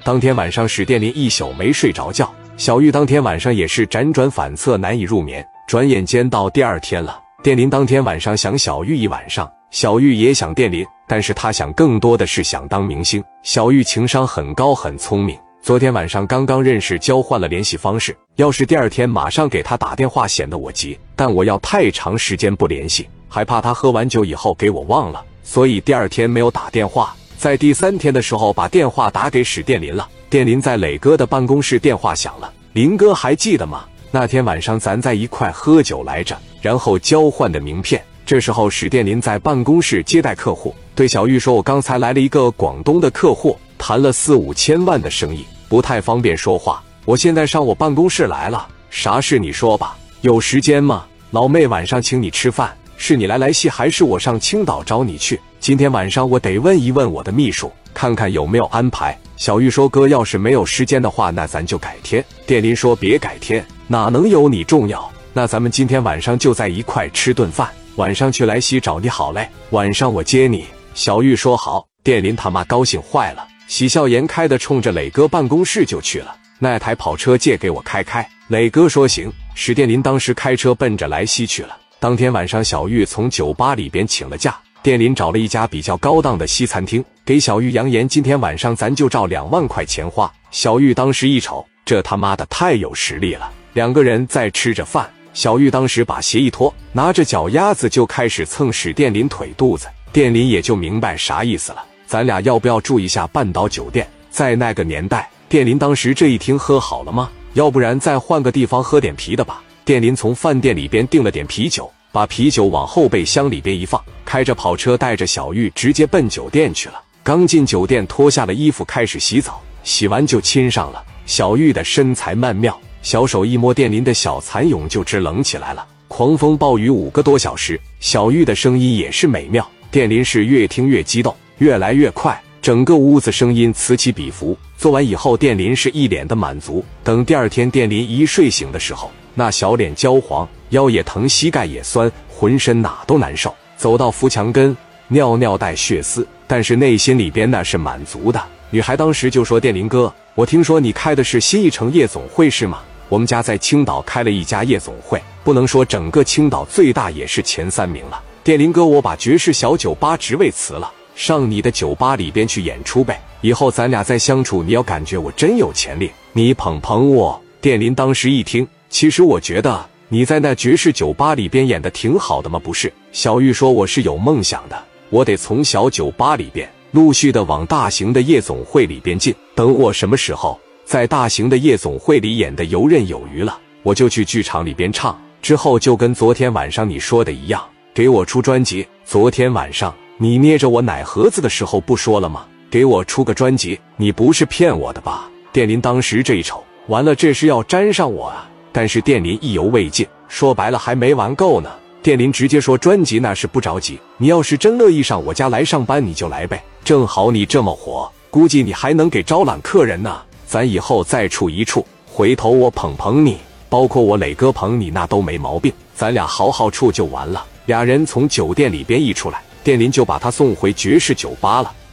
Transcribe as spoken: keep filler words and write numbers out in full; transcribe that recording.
当天晚上史殿林一宿没睡着觉，小玉当天晚上也是辗转反侧难以入眠。转眼间到第二天了，殿林当天晚上想小玉一晚上，小玉也想殿林，但是他想更多的是想当明星。小玉情商很高很聪明，昨天晚上刚刚认识，交换了联系方式，要是第二天马上给他打电话显得我急，但我要太长时间不联系，还怕他喝完酒以后给我忘了，所以第二天没有打电话。在第三天的时候把电话打给史殿林了，殿林在磊哥的办公室，电话响了，林哥还记得吗？那天晚上咱在一块喝酒来着，然后交换的名片。这时候史殿林在办公室接待客户，对小玉说，我刚才来了一个广东的客户，谈了四五千万的生意，不太方便说话，我现在上我办公室来了，啥事你说吧。有时间吗？老妹晚上请你吃饭，是你来来戏还是我上青岛找你去？今天晚上我得问一问我的秘书，看看有没有安排。小玉说，哥要是没有时间的话，那咱就改天。殿林说，别改天，哪能有你重要，那咱们今天晚上就在一块吃顿饭，晚上去莱西找你好嘞，晚上我接你。小玉说好。殿林他妈高兴坏了，喜笑颜开的冲着磊哥办公室就去了，那台跑车借给我开开。磊哥说行。史殿林当时开车奔着莱西去了。当天晚上小玉从酒吧里边请了假，殿林找了一家比较高档的西餐厅，给小玉扬言今天晚上咱就照两万块钱花。小玉当时一瞅，这他妈的太有实力了。两个人在吃着饭，小玉当时把鞋一脱，拿着脚丫子就开始蹭史殿林腿肚子。殿林也就明白啥意思了，咱俩要不要住一下半岛酒店？在那个年代，殿林当时这一听，喝好了吗？要不然再换个地方喝点啤的吧。殿林从饭店里边订了点啤酒，把啤酒往后备箱里边一放，开着跑车带着小玉直接奔酒店去了。刚进酒店，脱下了衣服开始洗澡，洗完就亲上了。小玉的身材曼妙，小手一摸殿林的小蚕蛹就直冷起来了。狂风暴雨五个多小时，小玉的声音也是美妙，殿林是越听越激动，越来越快，整个屋子声音此起彼伏。做完以后，殿林是一脸的满足。等第二天殿林一睡醒的时候，那小脸焦黄，腰也疼，膝盖也酸，浑身哪都难受。走到扶墙根，尿尿带血丝，但是内心里边那是满足的。女孩当时就说，殿林哥，我听说你开的是新一城夜总会是吗？我们家在青岛开了一家夜总会，不能说整个青岛最大，也是前三名了。殿林哥，我把爵士小酒吧职位辞了，上你的酒吧里边去演出呗，以后咱俩再相处，你要感觉我真有潜力，你捧捧我。殿林当时一听，其实我觉得你在那爵士酒吧里边演的挺好的吗？不是。小玉说，我是有梦想的，我得从小酒吧里边陆续的往大型的夜总会里边进，等我什么时候在大型的夜总会里演的游刃有余了，我就去剧场里边唱，之后就跟昨天晚上你说的一样，给我出专辑。昨天晚上你捏着我奶盒子的时候不说了吗？给我出个专辑，你不是骗我的吧？殿林当时这一瞅，完了，这是要沾上我啊！但是殿林意犹未尽，说白了还没玩够呢。殿林直接说，专辑那是不着急，你要是真乐意上我家来上班，你就来呗，正好你这么火，估计你还能给招揽客人呢，咱以后再处一处，回头我捧捧你，包括我磊哥捧你，那都没毛病，咱俩好好处就完了。俩人从酒店里边一出来，殿林就把他送回爵士酒吧了。